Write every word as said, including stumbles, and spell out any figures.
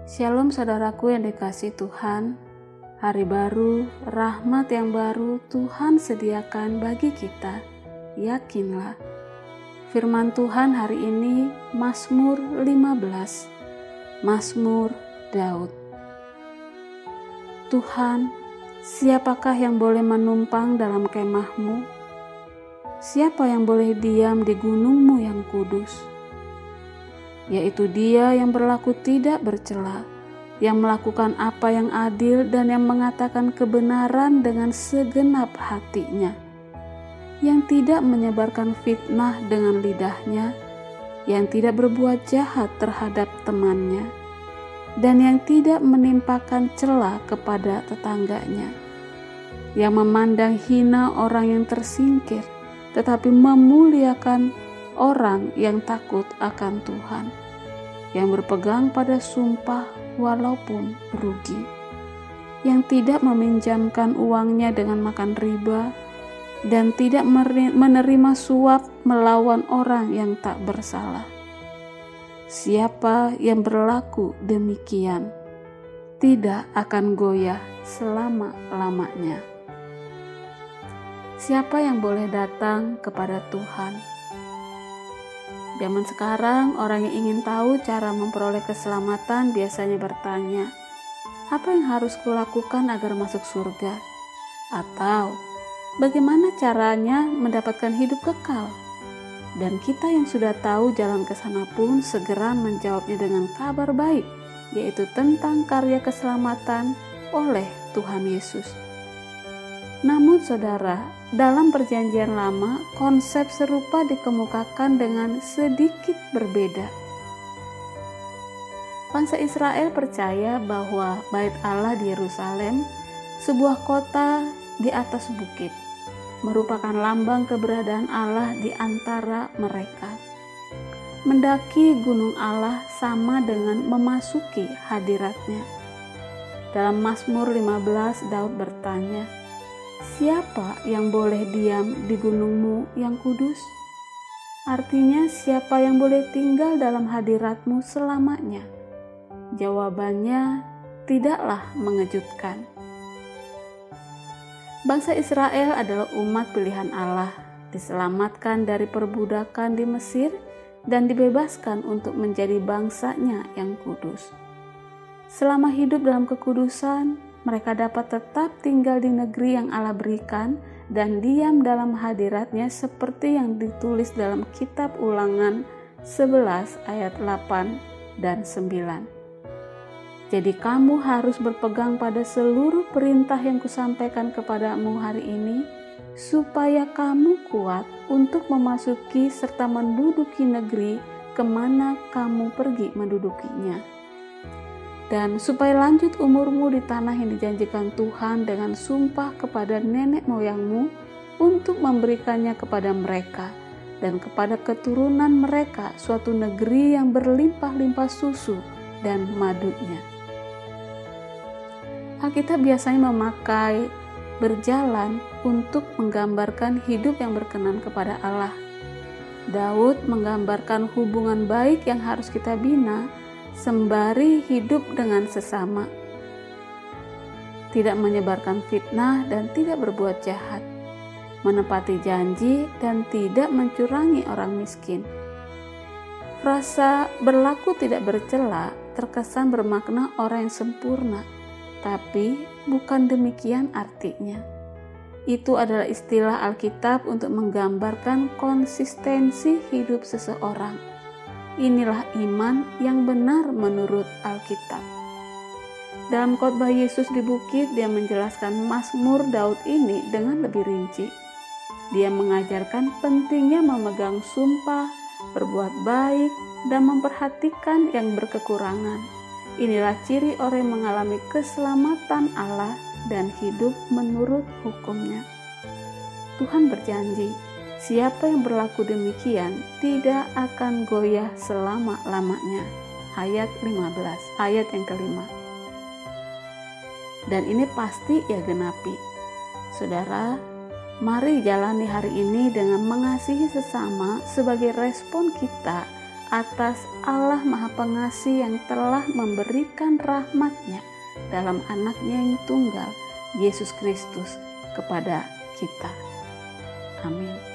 Shalom saudaraku yang dikasihi Tuhan. Hari baru, rahmat yang baru Tuhan sediakan bagi kita. Yakinlah. Firman Tuhan hari ini Mazmur lima belas. Mazmur Daud. Tuhan, siapakah yang boleh menumpang dalam kemah-Mu? Siapa yang boleh diam di gunung-Mu yang kudus? Yaitu Dia yang berlaku tidak bercela, yang melakukan apa yang adil dan yang mengatakan kebenaran dengan segenap hatinya, yang tidak menyebarkan fitnah dengan lidahnya, yang tidak berbuat jahat terhadap temannya, dan yang tidak menimpakan cela kepada tetangganya, yang memandang hina orang yang tersingkir, tetapi memuliakan orang yang takut akan Tuhan, yang berpegang pada sumpah walaupun rugi, yang tidak meminjamkan uangnya dengan makan riba, dan tidak menerima suap melawan orang yang tak bersalah. Siapa yang berlaku demikian tidak akan goyah selama-lamanya. Siapa yang boleh datang kepada Tuhan? Zaman sekarang, orang yang ingin tahu cara memperoleh keselamatan biasanya bertanya, apa yang harus kulakukan agar masuk surga? Atau, bagaimana caranya mendapatkan hidup kekal? Dan kita yang sudah tahu jalan ke sana pun segera menjawabnya dengan kabar baik, yaitu tentang karya keselamatan oleh Tuhan Yesus. Namun saudara, dalam perjanjian lama, konsep serupa dikemukakan dengan sedikit berbeda. Bangsa Israel percaya bahwa Bait Allah di Yerusalem, sebuah kota di atas bukit, merupakan lambang keberadaan Allah di antara mereka. Mendaki gunung Allah sama dengan memasuki hadiratnya. Dalam Mazmur lima belas, Daud bertanya, siapa yang boleh diam di gunung-Mu yang kudus? Artinya, siapa yang boleh tinggal dalam hadirat-Mu selamanya? Jawabannya tidaklah mengejutkan. Bangsa Israel adalah umat pilihan Allah, diselamatkan dari perbudakan di Mesir dan dibebaskan untuk menjadi bangsanya yang kudus. Selama hidup dalam kekudusan, mereka dapat tetap tinggal di negeri yang Allah berikan dan diam dalam hadiratnya seperti yang ditulis dalam kitab Ulangan sebelas ayat delapan dan sembilan. Jadi kamu harus berpegang pada seluruh perintah yang kusampaikan kepadamu hari ini, supaya kamu kuat untuk memasuki serta menduduki negeri kemana kamu pergi mendudukinya. Dan supaya lanjut umurmu di tanah yang dijanjikan Tuhan dengan sumpah kepada nenek moyangmu untuk memberikannya kepada mereka dan kepada keturunan mereka suatu negeri yang berlimpah-limpah susu dan madunya. Alkitab biasanya memakai berjalan untuk menggambarkan hidup yang berkenan kepada Allah. Daud menggambarkan hubungan baik yang harus kita bina sembari hidup dengan sesama, tidak menyebarkan fitnah dan tidak berbuat jahat, menepati janji dan tidak mencurangi orang miskin. Frasa berlaku tidak bercela terkesan bermakna orang yang sempurna, tapi bukan demikian artinya. Itu adalah istilah Alkitab untuk menggambarkan konsistensi hidup seseorang. Inilah iman yang benar menurut Alkitab. Dalam khotbah Yesus di bukit, dia menjelaskan Mazmur Daud ini dengan lebih rinci. Dia mengajarkan pentingnya memegang sumpah, berbuat baik, dan memperhatikan yang berkekurangan. Inilah ciri orang yang mengalami keselamatan Allah dan hidup menurut hukum-Nya. Tuhan berjanji, siapa yang berlaku demikian tidak akan goyah selama-lamanya. Ayat lima belas, ayat yang kelima. Dan ini pasti ia genapi. Saudara, mari jalani hari ini dengan mengasihi sesama sebagai respon kita atas Allah Maha Pengasih yang telah memberikan rahmat-Nya dalam anak-Nya yang tunggal, Yesus Kristus, kepada kita. Amin.